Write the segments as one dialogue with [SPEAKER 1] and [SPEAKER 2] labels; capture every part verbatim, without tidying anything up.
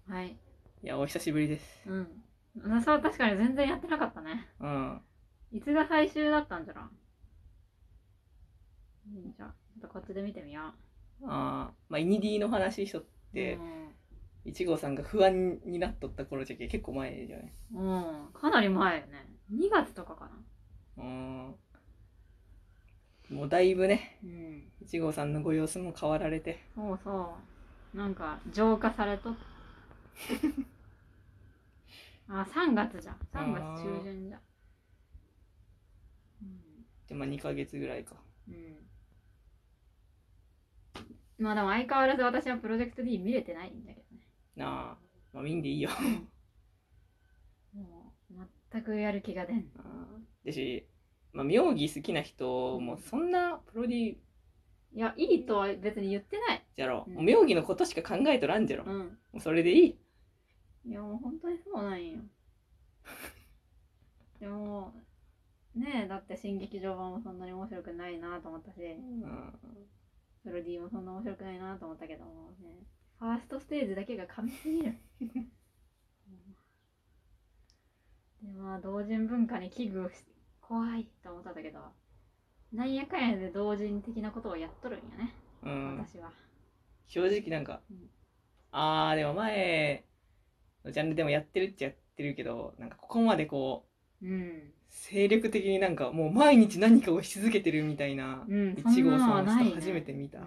[SPEAKER 1] はい。
[SPEAKER 2] いや、お久しぶりです。
[SPEAKER 1] うん。私は確かに全然やってなかったね。
[SPEAKER 2] うん。
[SPEAKER 1] いつが最終だったんじゃろ。うんじゃあ、ちょっとこっちで見てみよ
[SPEAKER 2] あー、まあ、イニディの話しとっ
[SPEAKER 1] う。う
[SPEAKER 2] て、
[SPEAKER 1] ん。
[SPEAKER 2] いち号さんが不安になっとった頃じゃけ結構前じゃない。
[SPEAKER 1] うん。かなり前よね。にがつとかかな。
[SPEAKER 2] うん。もうだいぶね、
[SPEAKER 1] うん。
[SPEAKER 2] いち号さんのご様子も変わられて。
[SPEAKER 1] そうそう。なんか、浄化されとっあ、さんがつじゃん。さんがつ中
[SPEAKER 2] あ
[SPEAKER 1] 旬じゃん。う
[SPEAKER 2] ー。で、まあにかげつぐらいか。
[SPEAKER 1] ん。うん。まあでも相変わらず私はプロジェクト D 見れてないんだけどね。
[SPEAKER 2] なあ、まあ見んでいいよ。
[SPEAKER 1] もう、全くやる気が出ん。
[SPEAKER 2] あーでし、まあ、妙義好きな人もそんなプロディ
[SPEAKER 1] いや、いいとは別に言ってない。
[SPEAKER 2] じゃろ。
[SPEAKER 1] うん
[SPEAKER 2] もう妙義のことしか考えとらんじゃろ。
[SPEAKER 1] うん。
[SPEAKER 2] もうそれでいい。
[SPEAKER 1] いや、もう本当にそうなんよ。でも、ねえ、だって新劇場版もそんなに面白くないなと思ったし、
[SPEAKER 2] うん
[SPEAKER 1] プロディもそんな面白くないなと思ったけどもね、ファーストステージだけが神すぎる。で、まあ、同人文化に危惧をし、怖いと思ったんだけど、なんやかんやで同人的なことをやっとるんやね、
[SPEAKER 2] うん、
[SPEAKER 1] 私は。
[SPEAKER 2] 正直なんか、
[SPEAKER 1] うん、
[SPEAKER 2] あーでも前のジャンルでもやってるっちゃやってるけど、なんかここまでこう
[SPEAKER 1] うん、
[SPEAKER 2] 精力的になんかもう毎日何かをし続けてるみたいな
[SPEAKER 1] うん、そ
[SPEAKER 2] 1
[SPEAKER 1] んなの
[SPEAKER 2] 号さんをちょっと
[SPEAKER 1] はないね。
[SPEAKER 2] 初めて見た。
[SPEAKER 1] うん、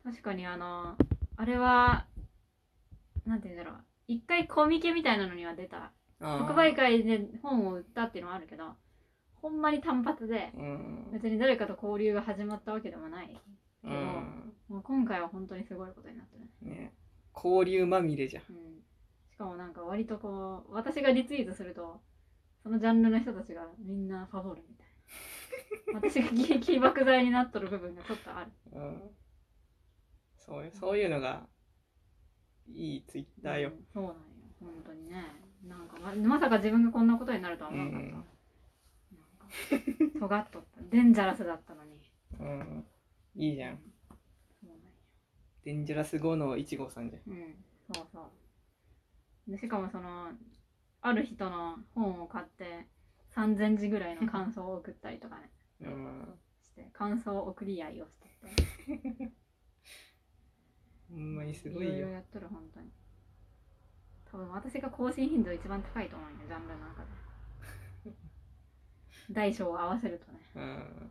[SPEAKER 1] 確かにあの、あれは、なんて言うんだろう、一回コミケみたいなのには出た。即売
[SPEAKER 2] あ
[SPEAKER 1] 会で本を売ったっていうのはあるけど、ほんまに単発で、
[SPEAKER 2] ーうん
[SPEAKER 1] 別に誰かと交流が始まったわけでもないけど、
[SPEAKER 2] うん
[SPEAKER 1] もう今回は本当にすごいことになってるね。
[SPEAKER 2] ね、交流まみれじゃん。
[SPEAKER 1] うん、しかもなんか割とこう、私がリツイートすると、そのジャンルの人たちがみんなファボるみたいな。私が起爆剤になっとる部分がちょっとある。
[SPEAKER 2] うん、そうそういうのがいいツイッターよ。
[SPEAKER 1] うん、そうなんよ、本当にね。なんかままさか自分がこんなことになるとは
[SPEAKER 2] う
[SPEAKER 1] 思わなかった。
[SPEAKER 2] ん、
[SPEAKER 1] なんか尖っとった。デンジャラスだったのに。
[SPEAKER 2] うん、いいじゃん。
[SPEAKER 1] そうなんよ。
[SPEAKER 2] デンジャラスごのいち号さんじゃん。
[SPEAKER 1] うん、そうそうで。しかもその、ある人の本を買ってさんぜんじぐらいの感想を送ったりとかね、
[SPEAKER 2] うん、
[SPEAKER 1] して感想送り合いをしてて、
[SPEAKER 2] ほんまにす
[SPEAKER 1] い
[SPEAKER 2] ごいよ。
[SPEAKER 1] ろいろやっとる本当に。多分私が更新頻度一番高いと思うんよ、ジャンルの中で。大小を合わせるとね。
[SPEAKER 2] うん、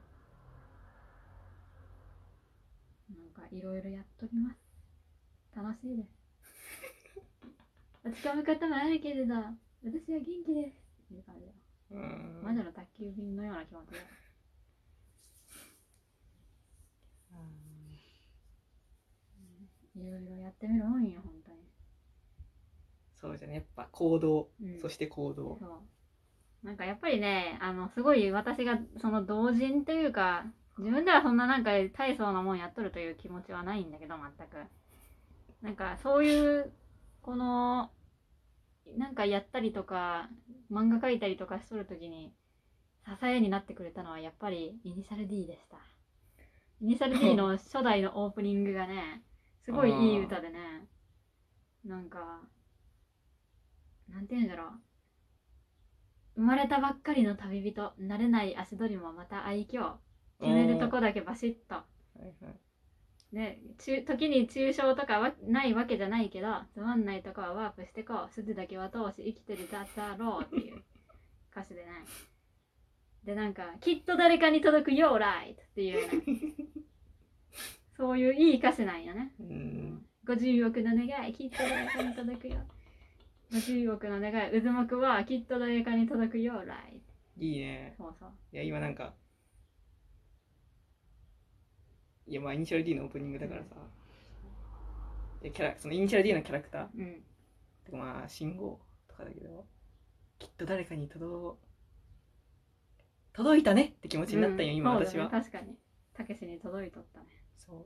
[SPEAKER 1] なんかいろいろやっとります。楽しいです。落ち込むこともあるけれど、私は元気ですっていう感じよ。
[SPEAKER 2] うん、
[SPEAKER 1] 魔女の宅急便のような気持ちだ。いろいろやってみるもんよ、本当に。
[SPEAKER 2] そうじゃね、やっぱ行動、
[SPEAKER 1] うん、
[SPEAKER 2] そして行動。
[SPEAKER 1] そうなんかやっぱりね、あのすごい私がその同人というか、自分ではそんななんか大層なもんやっとるという気持ちはないんだけど、全く。なんかそういうこのなんかやったりとか漫画描いたりとかしとるときに支えになってくれたのはやっぱりイニシャル D でした。イニシャル D の初代のオープニングがね、すごいいい歌でね、なんかなんていうんだろう、生まれたばっかりの旅人、慣れない足取りもまた愛嬌、決めるとこだけバシッと。
[SPEAKER 2] はいはい、
[SPEAKER 1] ね、時に抽象とかはないわけじゃないけど、つまんないとこはワープしてこう、筋だけは通し生きてるだろうっていう歌詞でね。で、なんか、きっと誰かに届くよ、ライトっていうね。そういういい歌詞なんよね。
[SPEAKER 2] うん、
[SPEAKER 1] ごじゅうおくの願い、きっと誰かに届くよ。ごじゅうおくの願い、渦巻くはきっと誰かに届くよ、ライト。
[SPEAKER 2] いいね。
[SPEAKER 1] そうそう。
[SPEAKER 2] いや、今なんか、いや、まあ、イニシャル D のオープニングだからさ、うん、キャラそのイニシャル D のキャラクター、
[SPEAKER 1] うん、
[SPEAKER 2] てかまあ、信号とかだけど、きっと誰かに届、届いたねって気持ちになったんよ、
[SPEAKER 1] うん、
[SPEAKER 2] 今私は。
[SPEAKER 1] そうだね、確かに。たけしに届いとったね。
[SPEAKER 2] そう。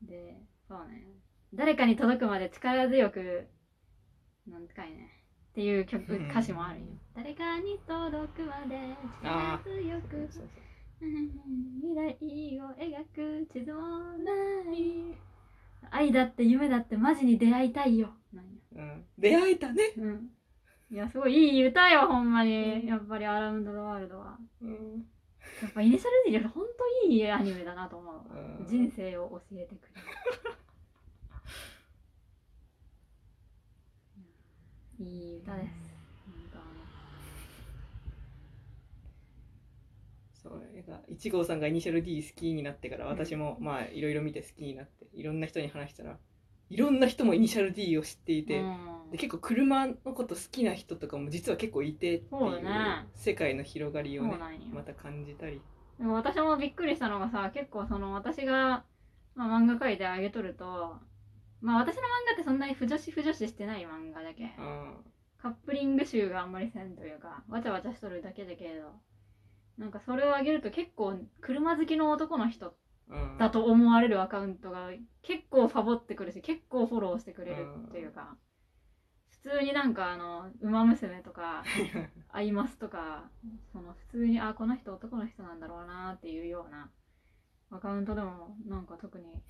[SPEAKER 1] で、そうね。誰かに届くまで力強く、なんかいね。っていう曲、歌詞もあるよ。誰かに届くまで力強く、そうそう未来を描く地図もない。 愛だって夢だってマジに出会いたいよなんや、
[SPEAKER 2] うん、出会えたね。
[SPEAKER 1] うん、いやすごいいい歌よほんまに。やっぱりアラウンドザワールドは、
[SPEAKER 2] うん、
[SPEAKER 1] やっぱイニシャル D ってほんといいアニメだなと思う、
[SPEAKER 2] うん、
[SPEAKER 1] 人生を教えてくれるいい歌です、本
[SPEAKER 2] そう映画いち号さんがイニシャル D 好きになってから、私もまあいろいろ見て好きになって、いろんな人に話したらいろんな人もイニシャル D を知っていて、
[SPEAKER 1] うん、
[SPEAKER 2] で結構車のこと好きな人とかも実は結構いてっていう
[SPEAKER 1] そうだね
[SPEAKER 2] 世界の広がりをね
[SPEAKER 1] そうなんよ
[SPEAKER 2] また感じたり。
[SPEAKER 1] でも私もびっくりしたのがさ、結構その私が、まあ、漫画描いてあげとると、まあ私の漫画ってそんなに不女子不女子してない漫画だけ、
[SPEAKER 2] あ
[SPEAKER 1] カップリング集があんまりせんというか、わちゃわちゃしとるだけだけれど、なんかそれをあげると結構車好きの男の人
[SPEAKER 2] ー
[SPEAKER 1] だと思われるアカウントが結構ファボってくるし、結構フォローしてくれるっていうか、普通になんかあの「ウマ娘」とか「アイマス」とか、その普通にあこの人男の人なんだろうなっていうようなアカウントでもなんか特に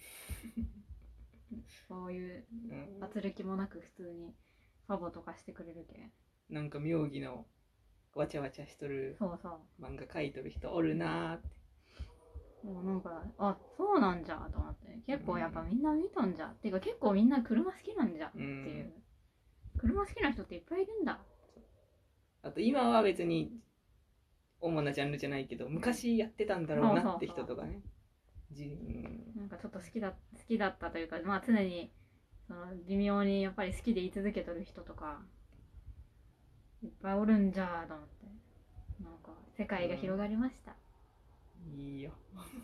[SPEAKER 1] そういう圧力もなく普通にファボとかしてくれるけ、
[SPEAKER 2] なんか妙義のわちゃわちゃしとる
[SPEAKER 1] そうそう
[SPEAKER 2] 漫画描いとる人おるなーって。
[SPEAKER 1] もうなんかあそうなんじゃと思って、結構やっぱみんな見とんじゃ、っていうか結構みんな車好きなんじゃっていう、車好きな人っていっぱいいるんだ。
[SPEAKER 2] あと今は別に主なジャンルじゃないけど昔やってたんだろうなって人とかね、じうん
[SPEAKER 1] なんかちょっと好きだ好きだったというか、まあ常にその微妙にやっぱり好きでい続けとる人とかいっぱいおるんじゃと思って、なんか世界が広がりました、
[SPEAKER 2] うん、いいよ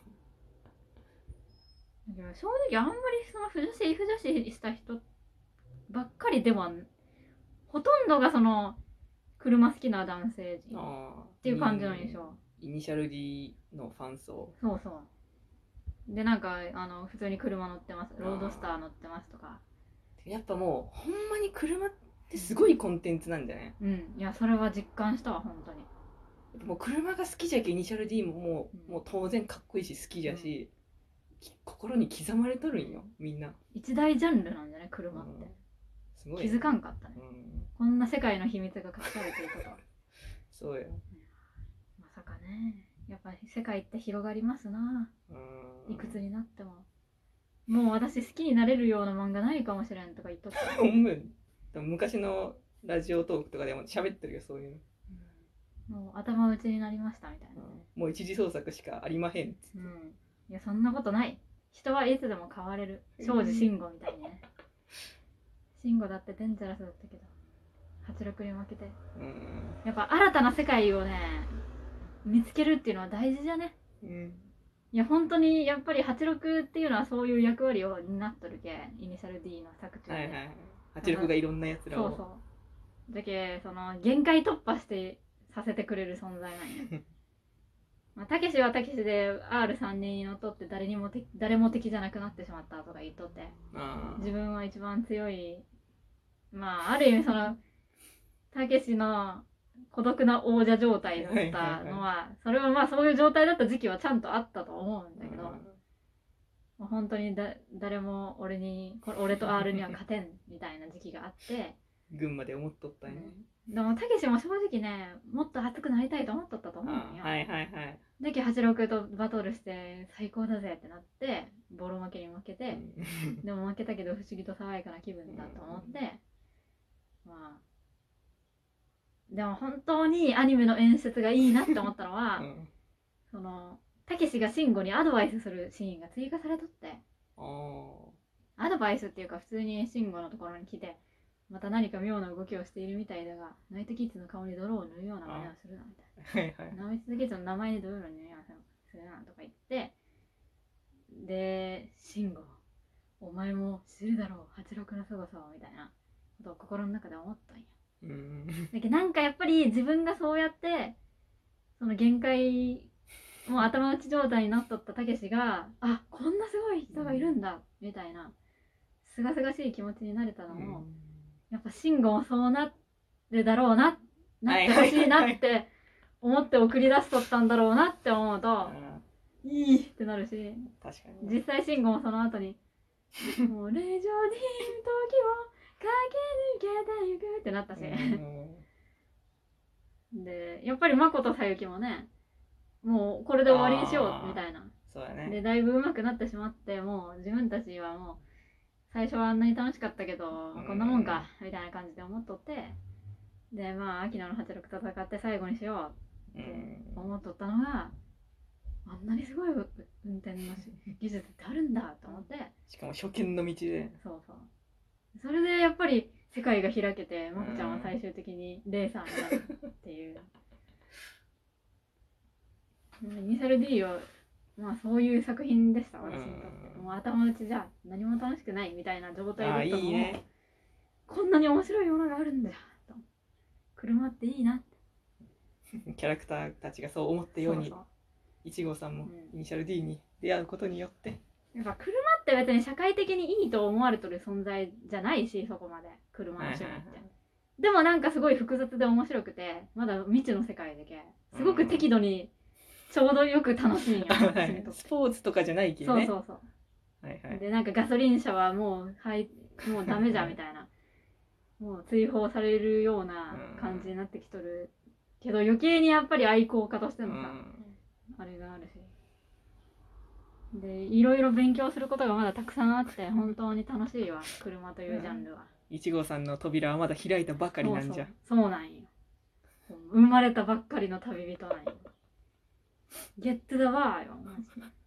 [SPEAKER 1] だけど正直あんまりその不女子不女子した人ばっかりでは、ほとんどがその車好きな男性陣っていう感じの印象。
[SPEAKER 2] イニシャル D のファン層。
[SPEAKER 1] そうそうで、なんかあの普通に車乗ってます、ロードスター乗ってますとか。
[SPEAKER 2] やっぱもうほんまに車ってすごいコンテンツなんじゃない？
[SPEAKER 1] うん、いやそれは実感したわ本当に。
[SPEAKER 2] もう車が好きじゃけイニシャル D ももう、うん、もう当然かっこいいし好きじゃし、うん、心に刻まれとるんよみんな。
[SPEAKER 1] 一大ジャンルなんじゃない車って、うん、すごい、ね、気づかんかったね、うん、こんな世界の秘密が隠されているとは
[SPEAKER 2] そうよ、
[SPEAKER 1] まさかね。やっぱり世界って広がりますな、うん、いくつになっても。もう私好きになれるような漫画ないかもしれんとか言っとった。
[SPEAKER 2] 昔のラジオトークとかでも喋ってるよそういうの、
[SPEAKER 1] うん、もう頭打ちになりましたみたいな、
[SPEAKER 2] うん、もう一次創作しかありまへんっつって、うん、
[SPEAKER 1] いやそんなことない、人はいつでも変われる、庄司慎吾みたいにね、慎吾だってデンジャラスだったけどはちろくに負けて、うん、やっぱ新たな世界をね見つけるっていうのは大事じゃね、うん、いや本当にやっぱりはちろくっていうのはそういう役割を担っとるけ、イニシャル D の作中で、はいはい、
[SPEAKER 2] はちろくがいろんなやつらを、
[SPEAKER 1] そうそうだけその限界突破してさせてくれる存在なんやまあたけしはたけしで アールさん 人にのっとって誰にもて誰も敵じゃなくなってしまったとか言っとって、自分は一番強い、まあある意味そのたけしの孤独な王者状態だったのは、それはまあそういう状態だった時期はちゃんとあったと思うんだけど、もう本当にだ誰も俺に俺と R には勝てんみたいな時期があって
[SPEAKER 2] 群馬で思っとったんやね、
[SPEAKER 1] うん、でもたけしも正直ねもっと熱くなりたいと思っとったと思うんよ。
[SPEAKER 2] はいはいはい。
[SPEAKER 1] だけどはちろくとバトルして最高だぜってなってボロ負けに負けて、でも負けたけど不思議と爽やかな気分だと思って、まあでも本当にアニメの演出がいいなって思ったのは、うん、そのたけしが慎吾にアドバイスするシーンが追加されとって、アドバイスっていうか普通に慎吾のところに来て、また何か妙な動きをしているみたいだがナイトキッズの顔に泥を塗るような真似をするなみたいな、はいはい、ナイトキッズの名前に泥を塗るようなするなとか言って、で慎吾お前も知るだろうはちろくのすごさをみたいなことを心の中で思ったんや。うん、だけどなんかやっぱり自分がそうやってその限界もう頭打ち状態になっとったたけしが、あこんなすごい人がいるんだみたいなすがすがしい気持ちになれたのも、うん、やっぱ慎吾もそうなるだろうななってほしいなって思って送り出しとったんだろうなって思うと、いいってなるし、確かに実際慎吾もその後にもう「レジョディー時を駆け抜けていく」ってなったし、でやっぱり誠さゆきもね、もうこれで終わりにしようみたいな。
[SPEAKER 2] そうだね。
[SPEAKER 1] でだいぶ上手くなってしまって、もう自分たちはもう最初はあんなに楽しかったけど、こんなもんかみたいな感じで思っとって、でまあ秋野のはちろく戦って最後にしようって思っとったのが、あんなにすごい運転の技術ってあるんだと思って、
[SPEAKER 2] しかも初見の道で、
[SPEAKER 1] そうそう、それでやっぱり世界が開けて、まこちゃんは最終的にレーサーになるっていう。イニシャル D はまあそういう作品でした、私にとって。もう頭打ちじゃ何も楽しくないみたいな状態だったのを、いいね、こんなに面白いものがあるんだよと、車っていいなって。
[SPEAKER 2] キャラクターたちがそう思ったように、そうそういち号さんもイニシャル D に出会うことによって、
[SPEAKER 1] うん、やっぱ車って別に社会的にいいと思われてる存在じゃないし、そこまで車の趣味って、はいはいはい、でもなんかすごい複雑で面白くて、まだ未知の世界でけすごく適度にちょうどよく楽しいんよ、
[SPEAKER 2] はい、スポーツとかじゃないけどね。
[SPEAKER 1] そうそうそう、
[SPEAKER 2] はいはい、
[SPEAKER 1] でなんかガソリン車はもう、はい、もうダメじゃみたいなもう追放されるような感じになってきとるけど、余計にやっぱり愛好家としてのさ、あれがあるし、でいろいろ勉強することがまだたくさんあって、本当に楽しいわ、車というジャンルは。
[SPEAKER 2] いち号さんの扉はまだ開いたばかりなんじゃ。
[SPEAKER 1] そうそう、そうなんよ、生まれたばっかりの旅人なんよ。ゲットだわーよマジで。